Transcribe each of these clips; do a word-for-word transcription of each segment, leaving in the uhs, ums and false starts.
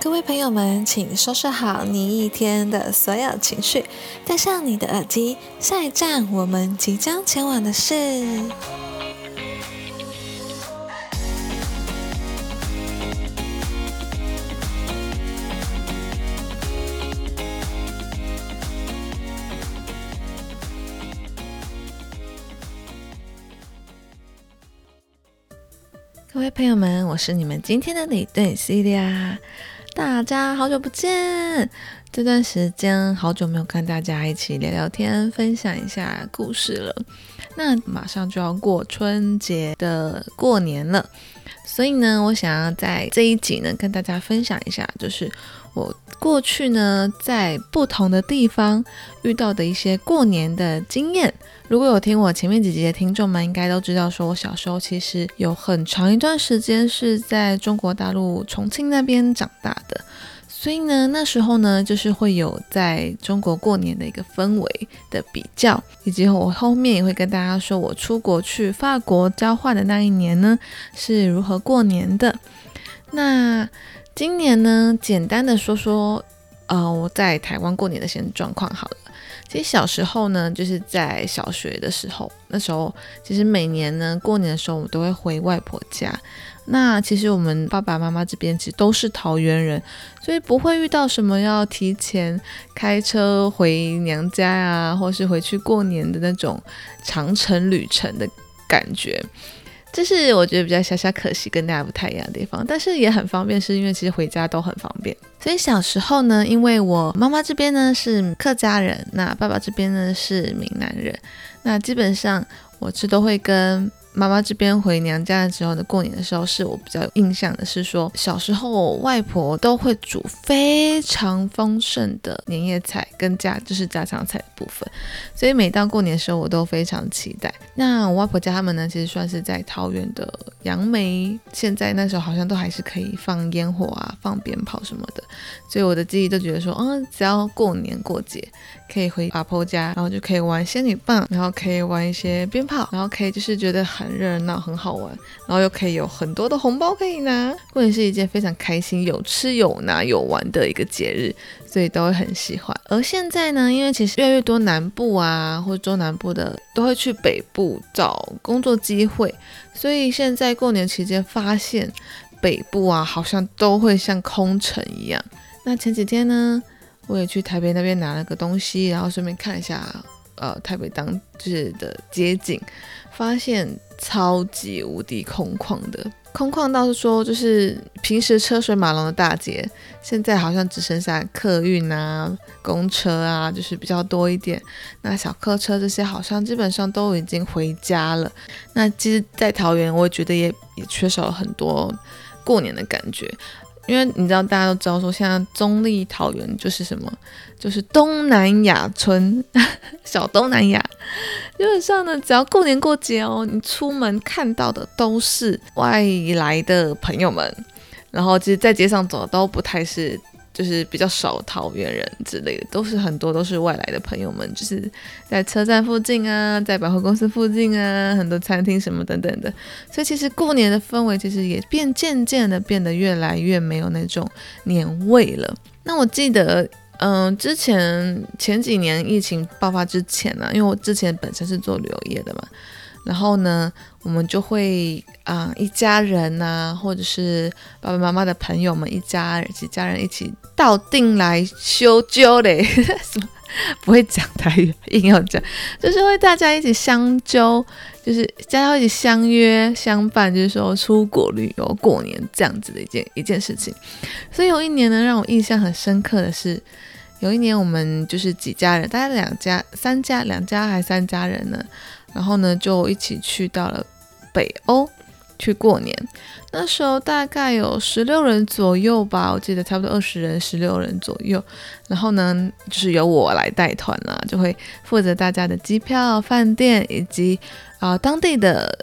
各位朋友们，请收拾好你一天的所有情绪，戴上你的耳机，下一站我们即将前往的是各位朋友们，我是你们今天的领队 Celia， 大家好久不见。这段时间好久没有跟大家一起聊聊天，分享一下故事了。那马上就要过春节的过年了，所以呢，我想要在这一集呢跟大家分享一下，就是我过去呢在不同的地方遇到的一些过年的经验。如果有听我前面几集的听众们应该都知道，说我小时候其实有很长一段时间是在中国大陆重庆那边长大的，所以呢那时候呢就是会有在中国过年的一个氛围的比较，以及我后面也会跟大家说我出国去法国交换的那一年呢是如何过年的。那今年呢简单的说说呃我在台湾过年的现状况好了。其实小时候呢，就是在小学的时候，那时候其实每年呢过年的时候，我们都会回外婆家。那其实我们爸爸妈妈这边其实都是桃园人，所以不会遇到什么要提前开车回娘家啊，或是回去过年的那种长程旅程的感觉。这是我觉得比较小小可惜跟大家不太一样的地方，但是也很方便，是因为其实回家都很方便。所以小时候呢，因为我妈妈这边呢是客家人，那爸爸这边呢是闽南人，那基本上我这都会跟妈妈这边回娘家的时候呢，过年的时候是我比较有印象的是说，小时候外婆都会煮非常丰盛的年夜菜跟家就是家常菜的部分，所以每到过年的时候我都非常期待。那我外婆家他们呢，其实算是在桃园的杨梅，现在那时候好像都还是可以放烟火啊、放鞭炮什么的，所以我的记忆都觉得说，嗯，只要过年过节可以回阿婆家，然后就可以玩仙女棒，然后可以玩一些鞭炮，然后可以就是觉得很热闹很好玩，然后又可以有很多的红包可以拿，过年是一件非常开心有吃有拿有玩的一个节日，所以都会很喜欢。而现在呢，因为其实越来越多南部啊或者中南部的都会去北部找工作机会，所以现在过年期间发现北部啊好像都会像空城一样。那前几天呢我也去台北那边拿了个东西，然后顺便看一下呃台北当就是的街景，发现超级无敌空旷的，空旷到说就是平时车水马龙的大街，现在好像只剩下客运啊、公车啊，就是比较多一点。那小客车这些好像基本上都已经回家了。那其实，在桃园，我觉得也也缺少了很多过年的感觉。因为你知道，大家都知道说，现在中立桃园就是什么，就是东南亚村，小东南亚。基本上呢，只要过年过节哦，你出门看到的都是外来的朋友们，然后其实在街上走的都不太是，就是比较少桃园人之类的，都是很多都是外来的朋友们，就是在车站附近啊，在百货公司附近啊，很多餐厅什么等等的，所以其实过年的氛围其实也变渐渐的变得越来越没有那种年味了。那我记得嗯、呃，之前前几年疫情爆发之前呢、啊，因为我之前本身是做旅游业的嘛，然后呢我们就会啊、呃、一家人啊，或者是爸爸妈妈的朋友们一家几家人一起到定来修揪嘞什么不会讲台语硬要讲，就是会大家一起相揪，就是大家一起相约相伴，就是说出国旅游过年这样子的一件一件事情。所以有一年呢让我印象很深刻的是，有一年我们就是几家人，大概两家三家两家还三家人呢，然后呢就一起去到了北欧去过年。那时候大概有十六人左右吧，我记得差不多二十人十六人左右，然后呢就是由我来带团啦，就会负责大家的机票饭店以及、呃、当地的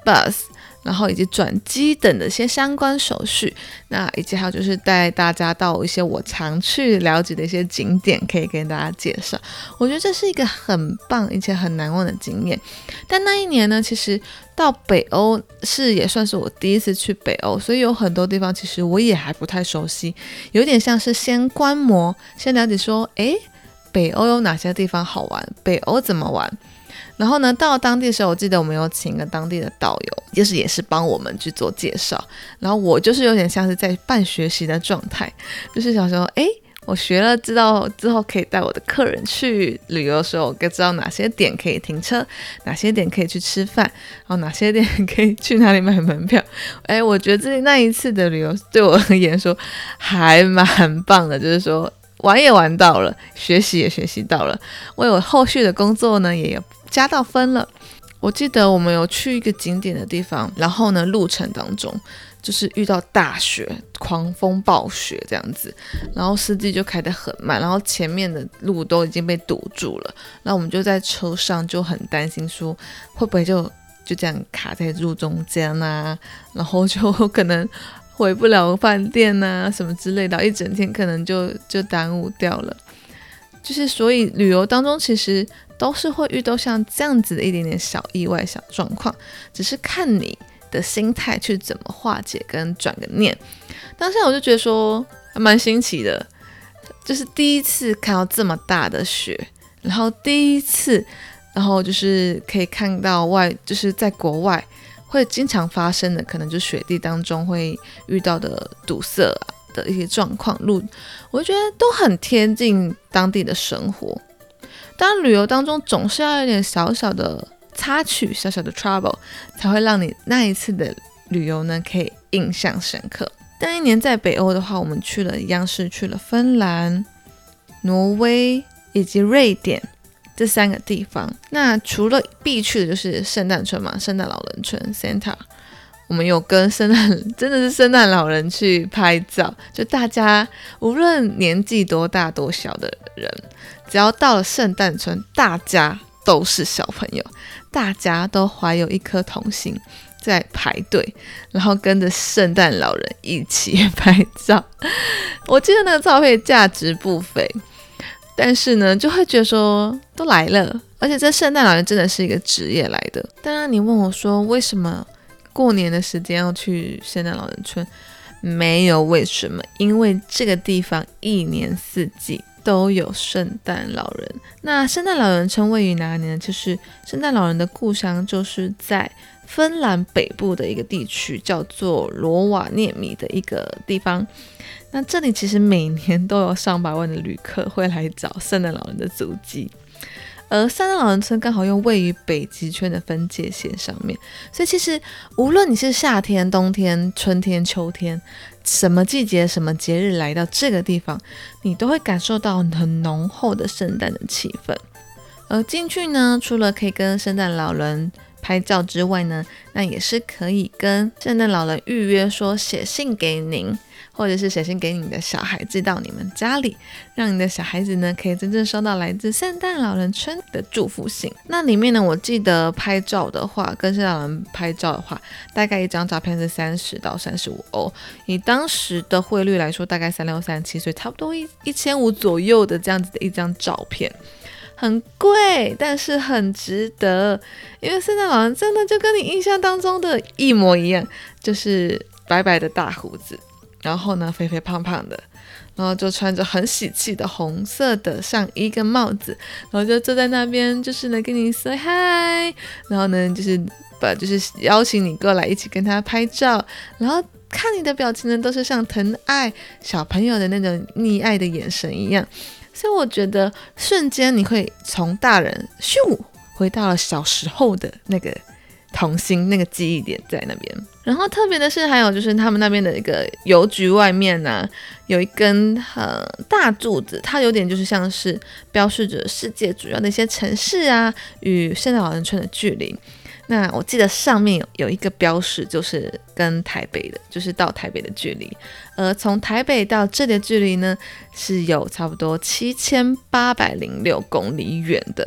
bus，然后以及转机等的一些相关手续，那以及还有就是带大家到一些我常去了解的一些景点，可以跟大家介绍。我觉得这是一个很棒而且很难忘的经验。但那一年呢，其实到北欧是也算是我第一次去北欧，所以有很多地方其实我也还不太熟悉，有点像是先观摩，先了解说，诶，北欧有哪些地方好玩，北欧怎么玩。然后呢，到当地的时候，我记得我们有请一个当地的导游，就是也是帮我们去做介绍。然后我就是有点像是在半学习的状态，就是想说，哎，我学了知道之后可以带我的客人去旅游的时候，我该知道哪些点可以停车，哪些点可以去吃饭，然后哪些点可以去哪里买门票。哎，我觉得这那一次的旅游对我而言说还蛮棒的，就是说玩也玩到了，学习也学习到了，为我后续的工作呢也有加到分了。我记得我们有去一个景点的地方，然后呢路程当中就是遇到大雪，狂风暴雪这样子，然后司机就开得很慢，然后前面的路都已经被堵住了，那我们就在车上就很担心说会不会就就这样卡在路中间啊，然后就可能回不了饭店啊什么之类的，一整天可能就就耽误掉了。就是所以旅游当中其实都是会遇到像这样子的一点点小意外小状况，只是看你的心态去怎么化解跟转个念。当时我就觉得说还蛮新奇的，就是第一次看到这么大的雪，然后第一次然后就是可以看到外就是在国外会经常发生的，可能就雪地当中会遇到的堵塞啊的一些状况，路我觉得都很贴近当地的生活。当然旅游当中总是要有点小小的插曲，小小的 trouble， 才会让你那一次的旅游呢可以印象深刻。但一年在北欧的话，我们去了一样是去了芬兰、挪威以及瑞典这三个地方。那除了必去的就是圣诞村嘛，圣诞老人村 Santa， 我们有跟圣诞真的是圣诞老人去拍照，就大家无论年纪多大多小的人，只要到了圣诞村，大家都是小朋友，大家都怀有一颗童心，在排队，然后跟着圣诞老人一起拍照。我记得那个照片价值不菲，但是呢就会觉得说都来了，而且这圣诞老人真的是一个职业来的。当然你问我说为什么过年的时间要去圣诞老人村，没有为什么，因为这个地方一年四季都有圣诞老人。那圣诞老人村位于哪里呢？就是圣诞老人的故乡就是在芬兰北部的一个地区，叫做罗瓦涅米的一个地方。那这里其实每年都有上百万的旅客会来找圣诞老人的足迹，而圣诞老人村刚好又位于北极圈的分界线上面，所以其实无论你是夏天、冬天、春天、秋天，什么季节、什么节日来到这个地方，你都会感受到很浓厚的圣诞的气氛。而进去呢，除了可以跟圣诞老人拍照之外呢，那也是可以跟圣诞老人预约说写信给您，或者是写信给你的小孩寄到你们家里，让你的小孩子呢可以真正收到来自圣诞老人村的祝福信。那里面呢，我记得拍照的话，跟圣诞老人拍照的话，大概一张照片是三十到三十五欧，以当时的汇率来说，大概三六三七，所以差不多一一千五左右的这样子的一张照片。很贵，但是很值得，因为圣诞老人真的就跟你印象当中的一模一样，就是白白的大胡子，然后呢肥肥胖胖的，然后就穿着很喜气的红色的上衣跟帽子，然后就坐在那边，就是呢跟你 say hi， 然后呢就是把就是邀请你过来一起跟他拍照，然后看你的表情呢都是像疼爱小朋友的那种溺爱的眼神一样。所以我觉得瞬间你会从大人咻回到了小时候的那个童心，那个记忆点在那边。然后特别的是还有就是他们那边的一个邮局外面啊，有一根呃大柱子，它有点就是像是标示着世界主要的一些城市啊与圣诞老人村的距离。那我记得上面有有一个标识，就是跟台北的，就是到台北的距离。而从台北到这里的距离呢，是有差不多七千八百零六公里远的。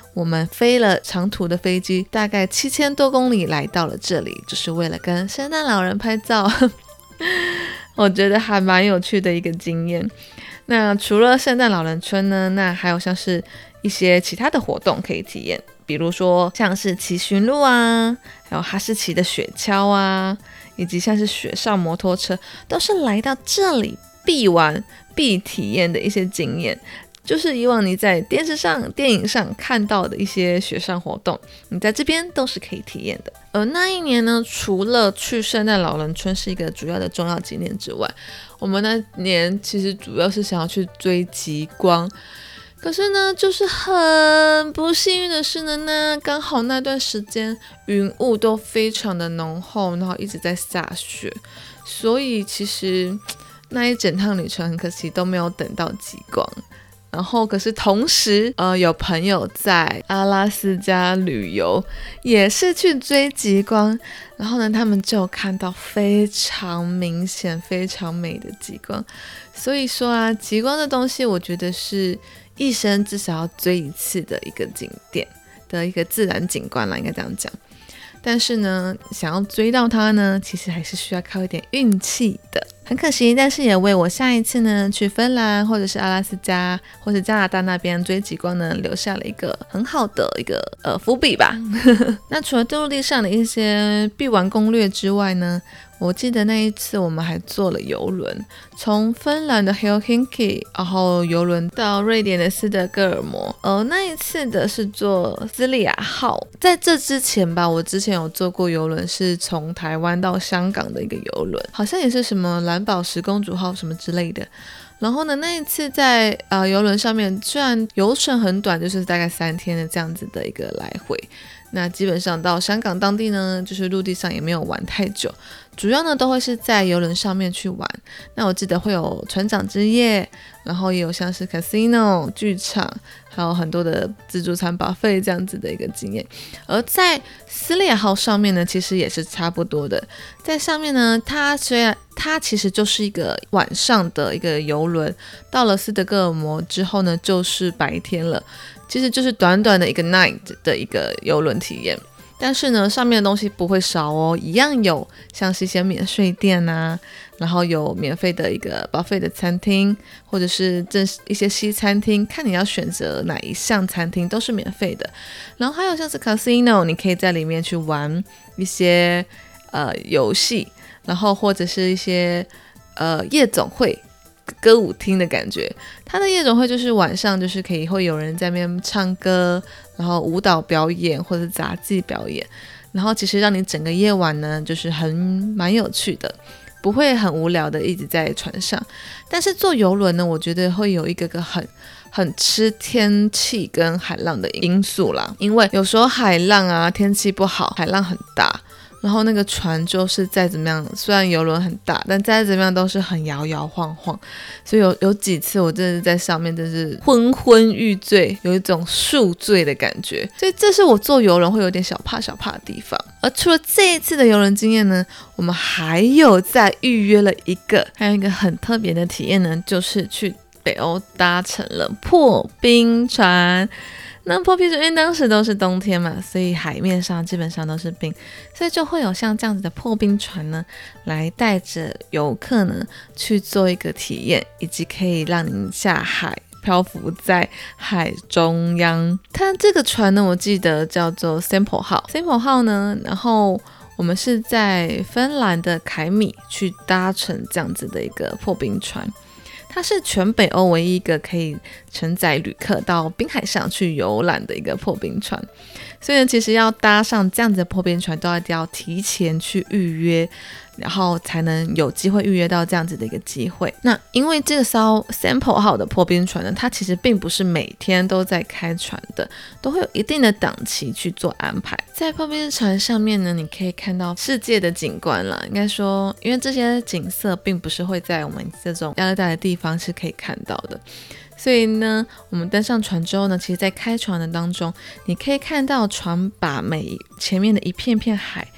我们飞了长途的飞机，大概七千多公里来到了这里，就是为了跟圣诞老人拍照。我觉得还蛮有趣的一个经验。那除了圣诞老人村呢，那还有像是一些其他的活动可以体验，比如说像是骑驯鹿啊，还有哈士奇的雪橇啊，以及像是雪上摩托车，都是来到这里必玩必体验的一些经验。就是以往你在电视上、电影上看到的一些雪上活动，你在这边都是可以体验的。而那一年呢，除了去圣诞老人村是一个主要的重要景点之外，我们那年其实主要是想要去追极光。可是呢，就是很不幸运的是呢，那刚好那段时间云雾都非常的浓厚，然后一直在下雪，所以其实那一整趟旅程很可惜都没有等到极光。然后可是同时呃，有朋友在阿拉斯加旅游，也是去追极光，然后呢他们就看到非常明显非常美的极光。所以说啊，极光的东西我觉得是一生至少要追一次的一个景点的一个自然景观啦，应该这样讲。但是呢，想要追到它呢，其实还是需要靠一点运气的。很可惜，但是也为我下一次呢去芬兰或者是阿拉斯加或者加拿大那边追极光呢留下了一个很好的一个呃伏笔吧。那除了陆地上的一些必玩攻略之外呢，我记得那一次我们还坐了邮轮，从芬兰的 Helsinki 然后邮轮到瑞典的斯德哥尔摩。呃，那一次的是坐斯利亚号。在这之前吧，我之前有坐过邮轮，是从台湾到香港的一个邮轮，好像也是什么蓝宝石公主号什么之类的。然后呢，那一次在呃邮轮上面，虽然游程很短，就是大概三天的这样子的一个来回。那基本上到香港当地呢，就是陆地上也没有玩太久，主要呢都会是在邮轮上面去玩。那我记得会有船长之夜，然后也有像是 casino 剧场，还有很多的自助餐 buffet 这样子的一个经验。而在斯利亚号上面呢，其实也是差不多的。在上面呢，它虽然它其实就是一个晚上的一个邮轮，到了斯德哥尔摩之后呢，就是白天了。其实就是短短的一个 night 的一个邮轮体验，但是呢，上面的东西不会少哦，一样有像是一些免税店啊，然后有免费的一个 buffet 的餐厅，或者是正一些西餐厅，看你要选择哪一项餐厅都是免费的。然后还有像是 casino， 你可以在里面去玩一些呃游戏，然后或者是一些呃夜总会。歌舞厅的感觉，它的夜总会就是晚上就是可以会有人在那边唱歌，然后舞蹈表演或者杂技表演，然后其实让你整个夜晚呢就是很蛮有趣的，不会很无聊的一直在船上。但是坐邮轮呢，我觉得会有一个个很很吃天气跟海浪的因素啦，因为有时候海浪啊天气不好，海浪很大，然后那个船就是再怎么样，虽然邮轮很大，但再怎么样都是很摇摇晃晃，所以有有几次我真的是在上面真是昏昏欲醉，有一种宿醉的感觉，所以这是我坐邮轮会有点小怕小怕的地方。而除了这一次的邮轮经验呢，我们还有再预约了一个，还有一个很特别的体验呢，就是去北欧搭乘了破冰船。那破冰船因为当时都是冬天嘛，所以海面上基本上都是冰，所以就会有像这样子的破冰船呢，来带着游客呢去做一个体验，以及可以让你下海漂浮在海中央。它这个船呢，我记得叫做 Sample 号 Sample 号呢，然后我们是在芬兰的凯米去搭乘这样子的一个破冰船。它是全北欧唯一一个可以承载旅客到冰海上去游览的一个破冰船，所以呢，其实要搭上这样子的破冰船，都要要提前去预约，然后才能有机会预约到这样子的一个机会。那因为这个艘 Sample 号的破冰船呢，它其实并不是每天都在开船的，都会有一定的档期去做安排。在破冰船上面呢，你可以看到世界的景观啦，应该说，因为这些景色并不是会在我们这种亚热带的地方是可以看到的。所以呢，我们登上船之后呢，其实在开船的当中，你可以看到船把每前面的一片片海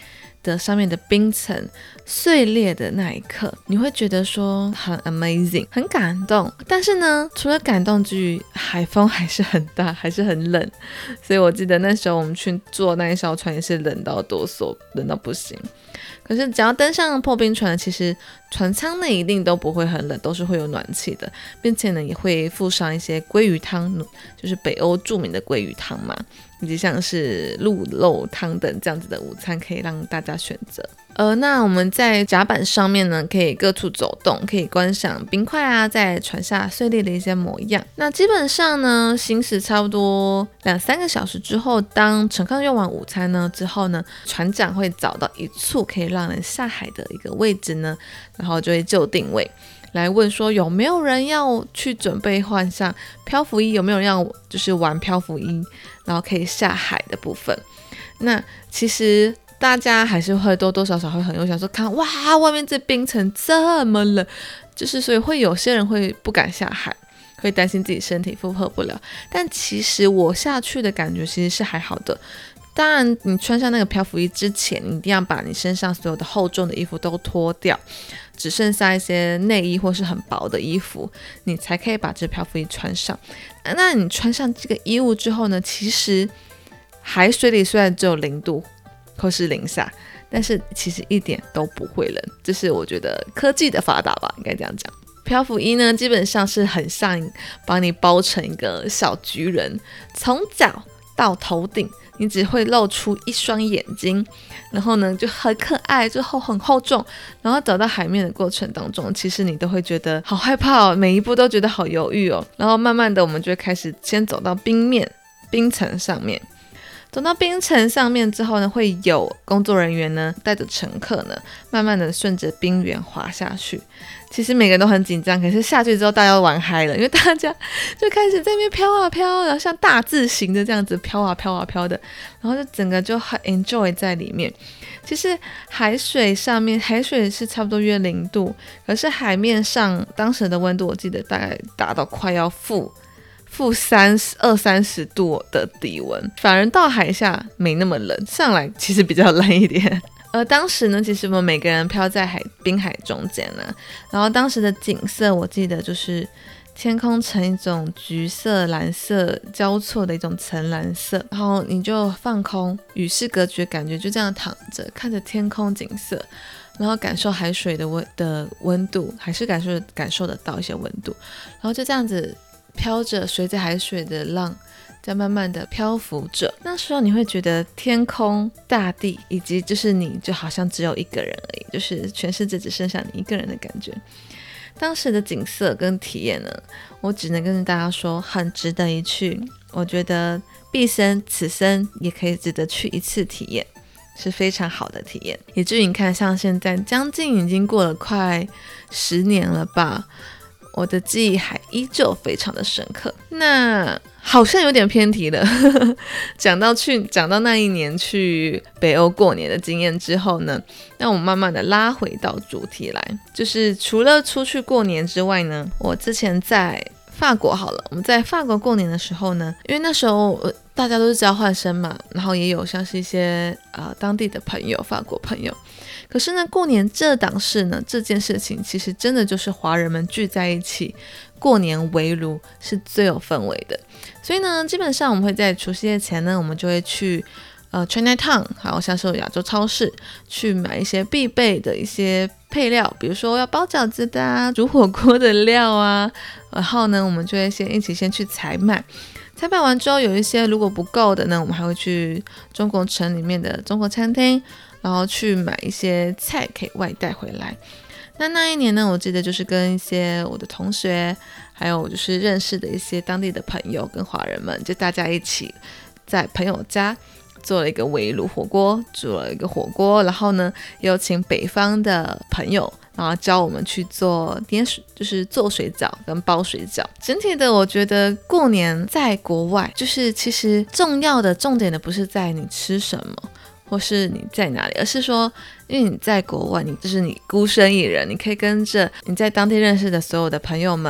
的上面的冰层碎裂的那一刻，你会觉得说很 amazing， 很感动。但是呢，除了感动之余，海风还是很大，还是很冷。所以我记得那时候我们去坐那一艘船也是冷到哆嗦，冷到不行。可是只要登上破冰船，其实船舱内一定都不会很冷，都是会有暖气的，并且呢也会附上一些鲑鱼汤，就是北欧著名的鲑鱼汤嘛，以及像是鹿肉汤等这样子的午餐可以让大家选择。呃，那我们在甲板上面呢，可以各处走动，可以观赏冰块啊在船下碎裂的一些模样。那基本上呢，行驶差不多两三个小时之后，当乘客用完午餐呢之后呢，船长会找到一处可以让人下海的一个位置呢，然后就会就定位。来问说有没有人要去准备换上漂浮衣，有没有人要就是玩漂浮衣，然后可以下海的部分。那其实大家还是会多多少少会很有想说看哇外面这冰层这么冷，就是所以会有些人会不敢下海，会担心自己身体负荷不了。但其实我下去的感觉其实是还好的。当然你穿上那个漂浮衣之前，你一定要把你身上所有的厚重的衣服都脱掉，只剩下一些内衣或是很薄的衣服，你才可以把这漂浮衣穿上。那你穿上这个衣物之后呢，其实海水里虽然只有零度或是零下，但是其实一点都不会冷，这是我觉得科技的发达吧，应该这样讲。漂浮衣呢基本上是很像把你包成一个小巨人，从脚到头顶你只会露出一双眼睛，然后呢就很可爱，就厚很厚重，然后走到海面的过程当中，其实你都会觉得好害怕哦，每一步都觉得好犹豫哦。然后慢慢的我们就会开始先走到冰面冰层上面，走到冰层上面之后呢，会有工作人员呢带着乘客呢慢慢的顺着冰原滑下去。其实每个人都很紧张，可是下去之后大家都玩嗨了，因为大家就开始在那边飘啊飘，然后像大字形的这样子飘啊飘啊飘的，然后就整个就很 enjoy 在里面。其实海水上面，海水是差不多约零度，可是海面上当时的温度我记得大概达到快要负负三十二三十度的低温，反而到海下没那么冷，上来其实比较冷一点。而当时呢，其实我们每个人飘在海滨海中间呢，然后当时的景色我记得就是天空呈一种橘色蓝色交错的一种橙蓝色，然后你就放空，与世隔绝，感觉就这样躺着看着天空景色，然后感受海水的温的温度，还是感受感受得到一些温度，然后就这样子飘着，随着海水的浪在慢慢的漂浮着。那时候你会觉得天空大地以及就是你就好像只有一个人而已，就是全世界只剩下你一个人的感觉。当时的景色跟体验呢，我只能跟大家说很值得一去，我觉得毕生此生也可以值得去一次体验，是非常好的体验。以至于你看像现在将近已经过了快十年了吧，我的记忆还依旧非常的深刻。那好像有点偏题了讲到去讲到那一年去北欧过年的经验之后呢，那我们慢慢的拉回到主题来，就是除了出去过年之外呢，我之前在法国好了，我们在法国过年的时候呢，因为那时候大家都是交换生嘛，然后也有像是一些呃当地的朋友，法国朋友。可是呢，过年这档事呢，这件事情其实真的就是华人们聚在一起，过年围炉是最有氛围的。所以呢，基本上我们会在除夕夜前呢，我们就会去呃 Chinatown， 还有像是亚洲超市去买一些必备的一些配料，比如说要包饺子的啊，煮火锅的料啊，然后呢，我们就会先一起先去采买。采买完之后，有一些如果不够的呢，我们还会去中国城里面的中国餐厅，然后去买一些菜可以外带回来。那那一年呢，我记得就是跟一些我的同学，还有就是认识的一些当地的朋友跟华人们，就大家一起在朋友家做了一个围炉火锅，煮了一个火锅，然后呢有请北方的朋友，然后教我们去做点水，就是做水饺跟包水饺。整体的我觉得过年在国外，就是其实重要的重点的不是在你吃什么或是你在哪里，而是说因为你在国外，你就是你孤身一人，你可以跟着你在当地认识的所有的朋友们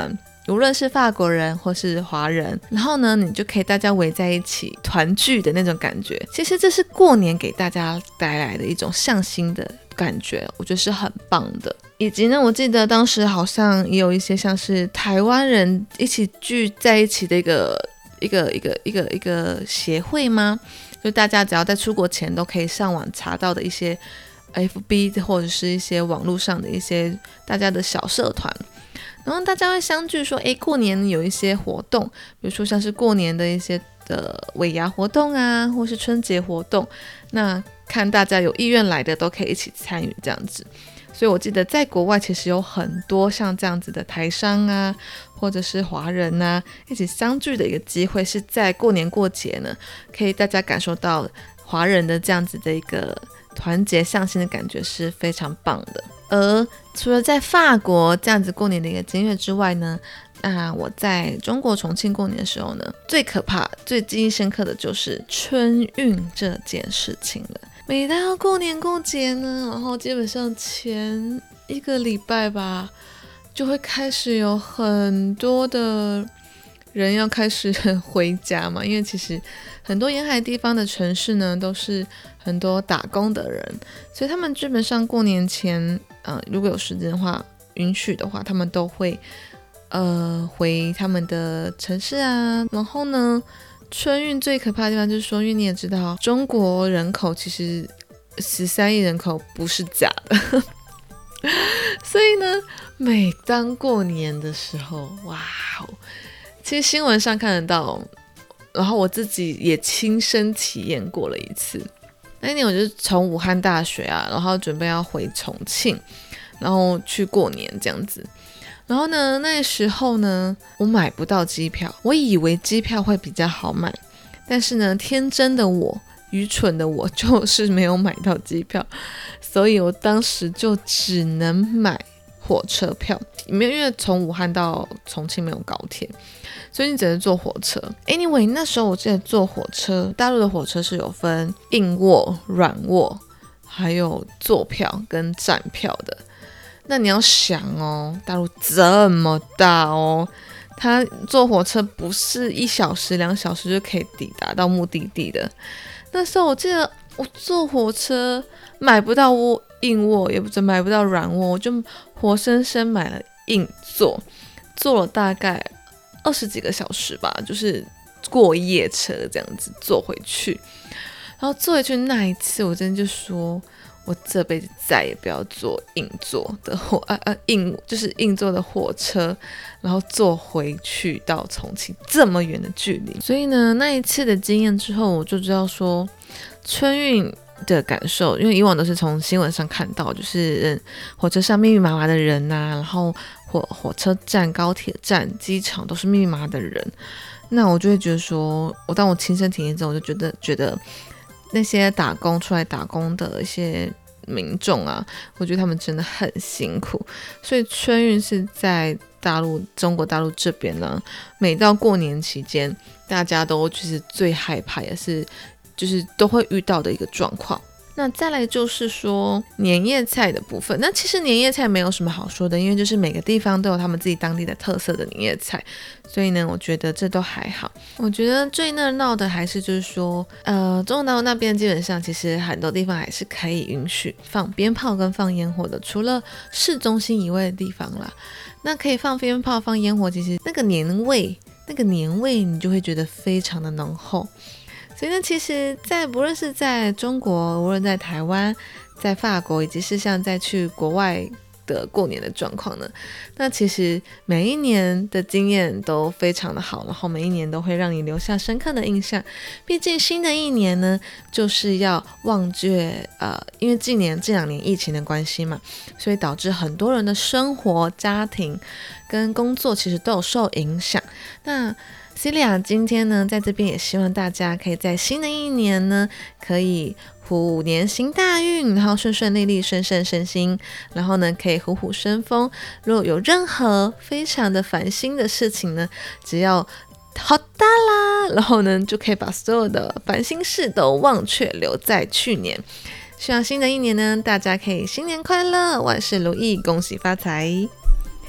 无论是法国人或是华人，然后呢，你就可以大家围在一起团聚的那种感觉。其实这是过年给大家带来的一种向心的感觉，我觉得是很棒的。以及呢，我记得当时好像也有一些像是台湾人一起聚在一起的一个一个一个一个一个协会吗？就大家只要在出国前都可以上网查到的一些 F B 或者是一些网络上的一些大家的小社团。然后大家会相聚说，诶，过年有一些活动，比如说像是过年的一些的尾牙活动啊，或是春节活动，那看大家有意愿来的都可以一起参与这样子。所以我记得在国外其实有很多像这样子的台商啊，或者是华人啊，一起相聚的一个机会，是在过年过节呢，可以大家感受到华人的这样子的一个团结向心的感觉，是非常棒的。而除了在法国这样子过年的一个经验之外呢，那我在中国重庆过年的时候呢，最可怕、最记忆深刻的就是春运这件事情了。每到过年过节呢，然后基本上前一个礼拜吧，就会开始有很多的人要开始回家嘛，因为其实很多沿海地方的城市呢，都是很多打工的人，所以他们基本上过年前，呃，如果有时间的话，允许的话，他们都会呃回他们的城市啊。然后呢，春运最可怕的地方就是说，因为你也知道，中国人口其实十三亿人口不是假的，所以呢，每当过年的时候，哇哦！其实新闻上看得到，然后我自己也亲身体验过了一次。那一年我就是从武汉大学啊，然后准备要回重庆，然后去过年这样子。然后呢，那时候呢，我买不到机票，我以为机票会比较好买，但是呢，天真的我，愚蠢的我，就是没有买到机票，所以我当时就只能买火车票，因为从武汉到重庆没有高铁，所以你只能坐火车。 Anyway， 那时候我记得坐火车，大陆的火车是有分硬卧、软卧，还有坐票跟站票的。那你要想哦，大陆这么大哦，它坐火车不是一小时两小时就可以抵达到目的地的。那时候我记得我坐火车买不到卧硬卧，也不是买不到软卧，我就活生生买了硬座，坐了大概二十几个小时吧，就是过夜车这样子坐回去。然后坐回去那一次，我真的就说，我这辈子再也不要坐硬座的火啊啊硬就是硬座的火车，然后坐回去到重庆这么远的距离。所以呢，那一次的经验之后，我就知道说春运的感受，因为以往都是从新闻上看到，就是火车上密密麻麻的人呐、啊，然后火火车站、高铁站、机场都是密密麻麻的人，那我就会觉得说，我当我亲身体验之后，我就觉得觉得那些打工出来打工的一些民众啊，我觉得他们真的很辛苦。所以春运是在大陆中国大陆这边呢，每到过年期间，大家都就是最害怕，也是就是都会遇到的一个状况。那再来就是说年夜菜的部分，那其实年夜菜没有什么好说的，因为就是每个地方都有他们自己当地的特色的年夜菜，所以呢，我觉得这都还好。我觉得最热闹的还是就是说，呃，中国大陆那边基本上其实很多地方还是可以允许放鞭炮跟放烟火的，除了市中心以外的地方啦，那可以放鞭炮放烟火，其实那个年味，那个年味你就会觉得非常的浓厚。所以呢，其实在不论是在中国，无论在台湾、在法国，以及是像在去国外的过年的状况呢，那其实每一年的经验都非常的好，然后每一年都会让你留下深刻的印象。毕竟新的一年呢，就是要忘却呃，因为近年这两年疫情的关系嘛，所以导致很多人的生活、家庭跟工作其实都有受影响。那Celia 今天呢，在这边也希望大家可以在新的一年呢，可以虎年行大运，然后顺顺利利、顺顺顺心，然后呢，可以虎虎生风。如果有任何非常的烦心的事情呢，只要好大啦，然后呢，就可以把所有的烦心事都忘却，留在去年。希望新的一年呢，大家可以新年快乐，万事如意，恭喜发财。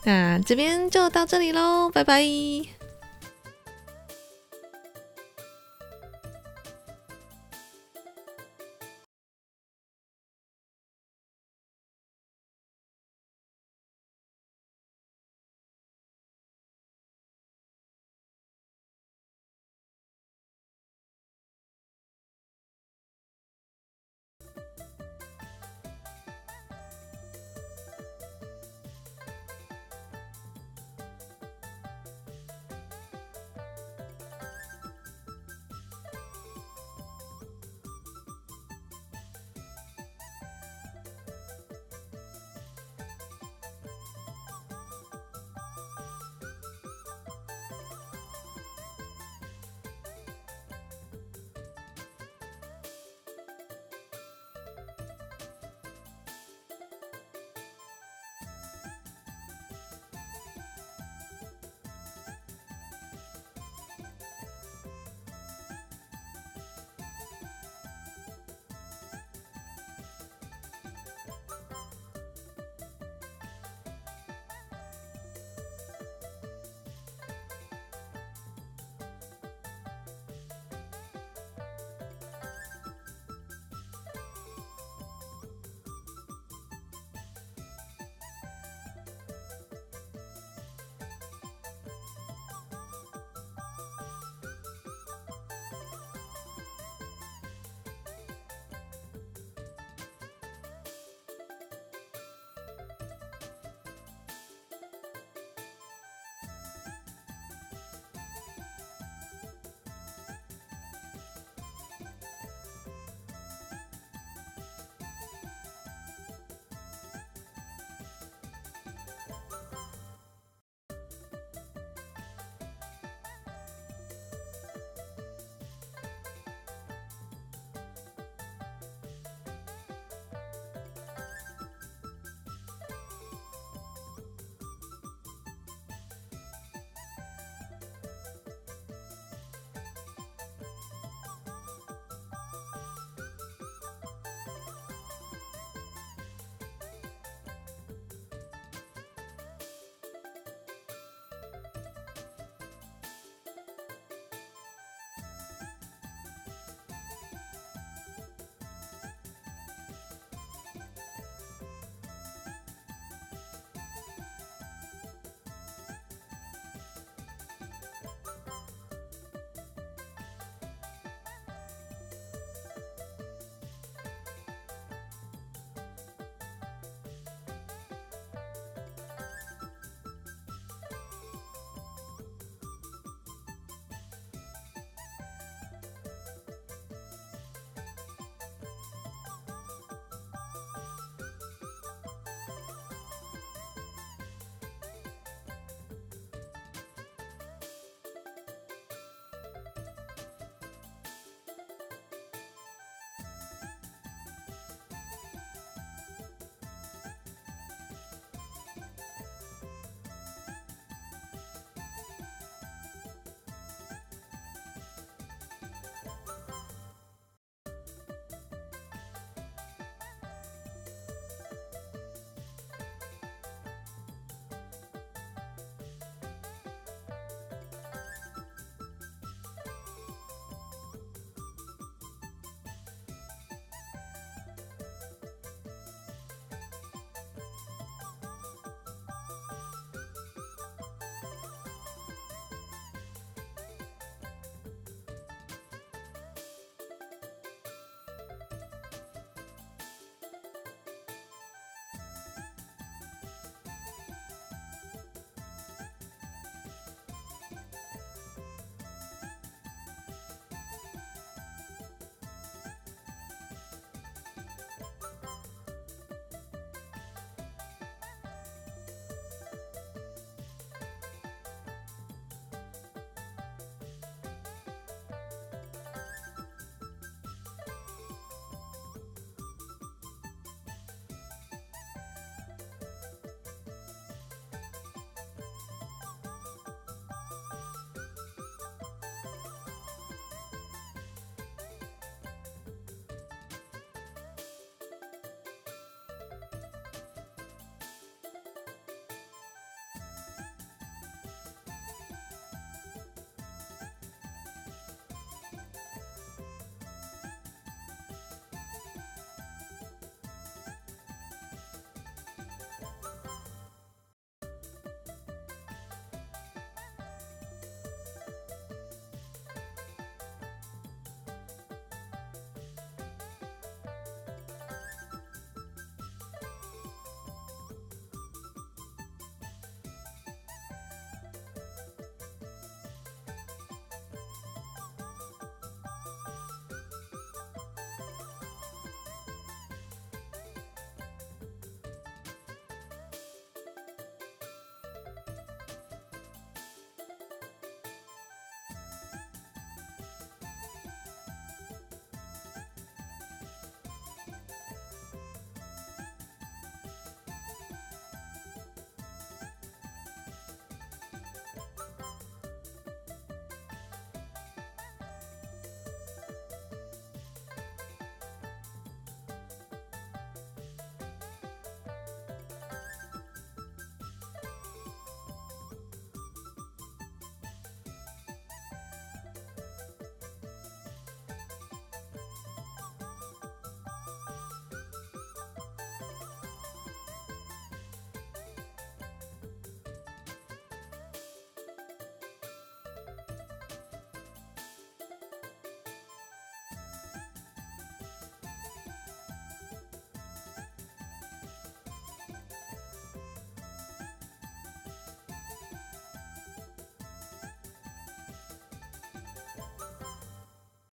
那这边就到这里咯，拜拜。